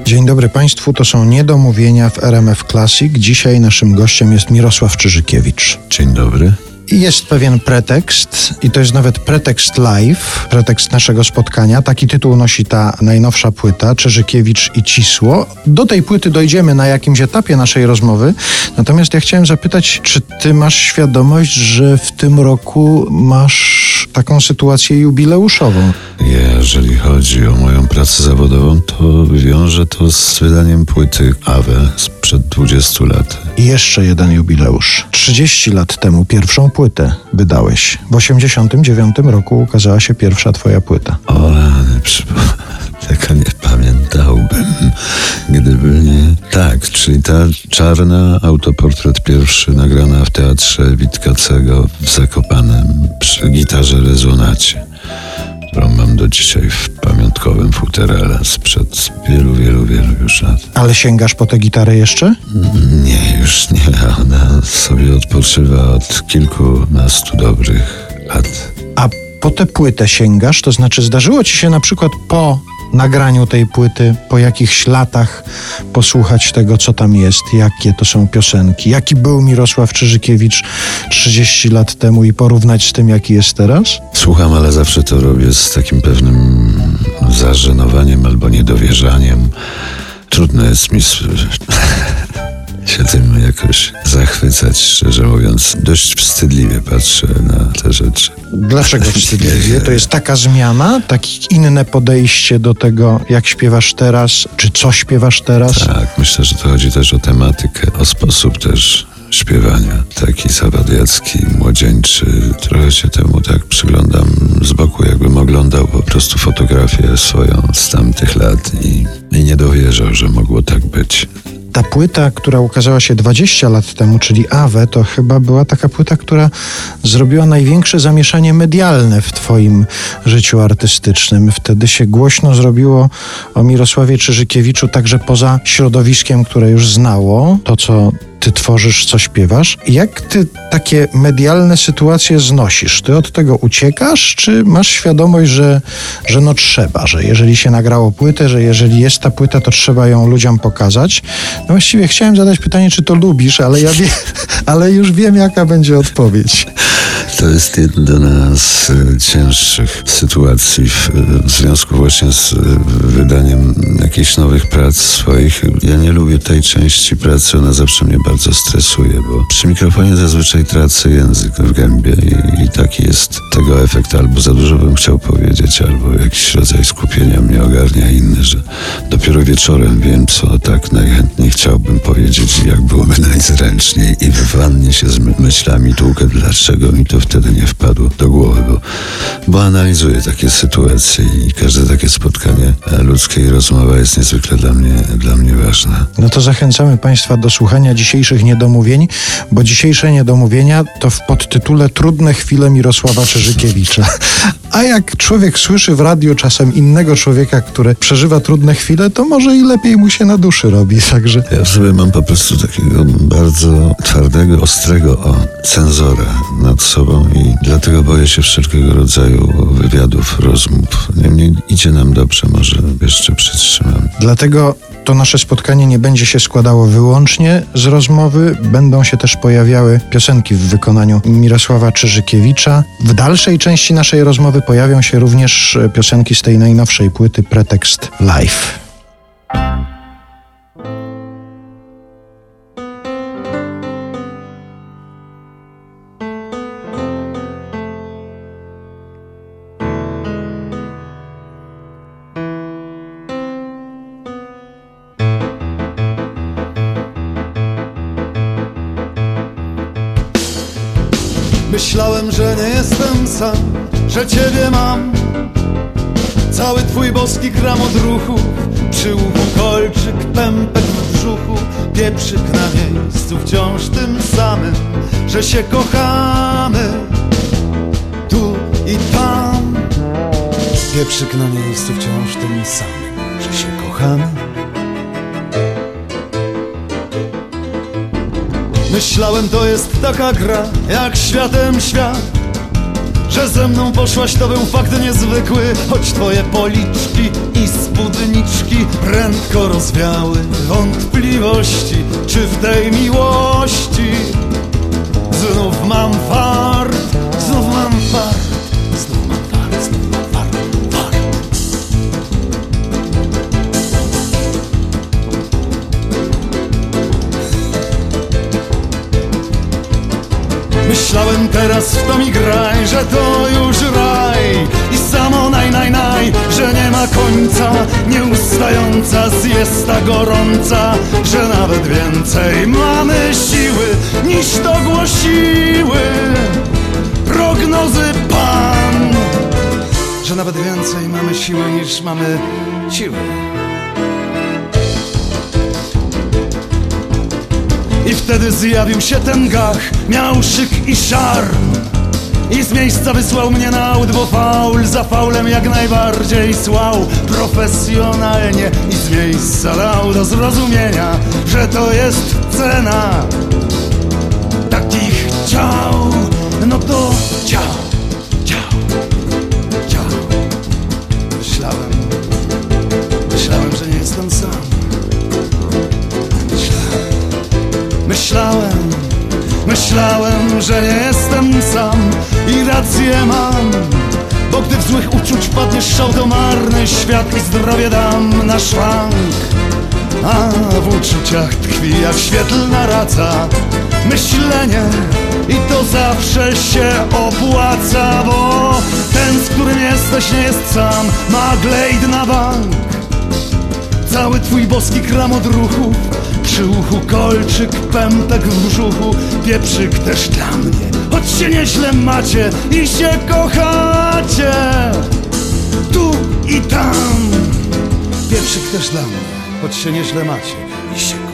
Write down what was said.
Dzień dobry Państwu, to są Niedomówienia w RMF Classic. Dzisiaj naszym gościem jest Mirosław Czyżykiewicz. Dzień dobry. I jest pewien pretekst, i to jest nawet pretekst live, pretekst naszego spotkania. Taki tytuł nosi ta najnowsza płyta, Czyżykiewicz i Cisło. Do tej płyty dojdziemy na jakimś etapie naszej rozmowy. Natomiast ja chciałem zapytać, czy ty masz świadomość, że w tym roku masz taką sytuację jubileuszową? Jeżeli chodzi o moją pracę zawodową, to wiąże to z wydaniem płyty Awe sprzed 20 lat. I jeszcze jeden jubileusz. 30 lat temu pierwszą płytę wydałeś. W 89 roku ukazała się pierwsza twoja płyta. O rany, tego nie pamiętałbym, gdyby nie... Tak, czyli ta czarna, autoportret pierwszy nagrana w Teatrze Witkacego w Zakopanem przy gitarze rezonacie, którą mam do dzisiaj w pamiątkowym futerale sprzed wielu już lat. Ale sięgasz po tę gitarę jeszcze? Nie, już nie. Ona sobie odpoczywa od kilkunastu dobrych lat. A po tę płytę sięgasz? To znaczy zdarzyło ci się na przykład po nagraniu tej płyty, po jakichś latach posłuchać tego, co tam jest, jakie to są piosenki, jaki był Mirosław Czyżykiewicz 30 lat temu i porównać z tym, jaki jest teraz? Słucham, ale zawsze to robię z takim pewnym zażenowaniem albo niedowierzaniem. Trudno jest mi się tym jakoś zachwycać, szczerze mówiąc. Dość wstydliwie patrzę na te rzeczy. Dlaczego wstydliwie? To jest taka zmiana, takie inne podejście do tego, jak śpiewasz teraz, czy co śpiewasz teraz? Tak, myślę, że to chodzi też o tematykę, o sposób też śpiewania. Taki zawadiacki, młodzieńczy. Trochę się temu tak przyglądam z boku, jakbym oglądał po prostu fotografię swoją z tamtych lat i nie dowierzał, że mogło tak być. Ta płyta, która ukazała się 20 lat temu, czyli Awe, to chyba była taka płyta, która zrobiła największe zamieszanie medialne w twoim życiu artystycznym. Wtedy się głośno zrobiło o Mirosławie Czyżykiewiczu, także poza środowiskiem, które już znało to, co ty tworzysz, co śpiewasz. Jak ty takie medialne sytuacje znosisz? Ty od tego uciekasz, czy masz świadomość, że no trzeba, że jeżeli się nagrało płytę, że jeżeli jest ta płyta, to trzeba ją ludziom pokazać? No właściwie chciałem zadać pytanie, czy to lubisz, ale już wiem, jaka będzie odpowiedź. To jest jedna z cięższych sytuacji w związku właśnie z wydaniem jakichś nowych prac swoich. Ja nie lubię tej części pracy, ona zawsze mnie bardzo stresuje, bo przy mikrofonie zazwyczaj tracę język w gębie i taki jest tego efekt. Albo za dużo bym chciał powiedzieć, albo jakiś rodzaj skupienia mnie ogarnia inny, że dopiero wieczorem wiem, co tak najchętniej chciałbym powiedzieć i jak byłoby najzręczniej i w wannie się z myślami tłukę, dlaczego mi to wtedy nie wpadło do głowy, bo analizuję takie sytuacje i każde takie spotkanie ludzkie i rozmowa jest niezwykle dla mnie ważna. No to zachęcamy Państwa do słuchania dzisiejszych niedomówień, bo dzisiejsze niedomówienia to w podtytule Trudne chwile Mirosława Czyżykiewicza. A jak człowiek słyszy w radiu czasem innego człowieka, który przeżywa trudne chwile, to może i lepiej mu się na duszy robi, także... Ja w sobie mam po prostu takiego bardzo twardego, ostrego cenzora nad sobą i dlatego boję się wszelkiego rodzaju wywiadów, rozmów. Niemniej idzie nam dobrze, może jeszcze przytrzymam. Dlatego to nasze spotkanie nie będzie się składało wyłącznie z rozmowy. Będą się też pojawiały piosenki w wykonaniu Mirosława Czyżykiewicza. W dalszej części naszej rozmowy pojawią się również piosenki z tej najnowszej płyty Pretekst Live. Myślałem, że nie jestem sam, że ciebie mam. Cały twój boski gram odruchów, przy uchu kolczyk, pępek w brzuchu, pieprzyk na miejscu wciąż tym samym, że się kochamy tu i tam. Pieprzyk na miejscu wciąż tym samym, że się kochamy. Myślałem, to jest taka gra, jak światem świat. Że ze mną poszłaś, to był fakt niezwykły, choć twoje policzki i spódniczki prędko rozwiały wątpliwości, czy w tej miłości znów mam fart, znów mam fart, znów mam fart, znów mam fart, fart. Myślałem teraz w to mi graj, że to już raj i samo naj, że nie ma końca, nieustająca siesta gorąca, że nawet więcej mamy siły niż to głosiły prognozy Pan, że nawet więcej mamy siły niż mamy siły. I wtedy zjawił się ten gach, miał szyk i szarm i z miejsca wysłał mnie na aut, bo faul za faulem jak najbardziej słał profesjonalnie i z miejsca dał do zrozumienia, że to jest cena takich ciał. No to ciao, ciao, ciao. Myślałem, że nie jestem sam. Myślałem, że nie jestem sam i rację mam, bo gdy w złych uczuć wpadniesz szał, to marny świat i zdrowie dam na szwank. A w uczuciach tkwi jak świetlna raca myślenie i to zawsze się opłaca, bo ten, z którym jesteś, nie jest sam, ma glejt na bank. Cały twój boski kram od ruchów, przy uchu kolczyk, pępek w brzuchu, pieprzyk też dla mnie, choć się nieźle macie i się kochacie tu i tam. Pieprzyk też dla mnie, choć się nieźle macie i się kochacie.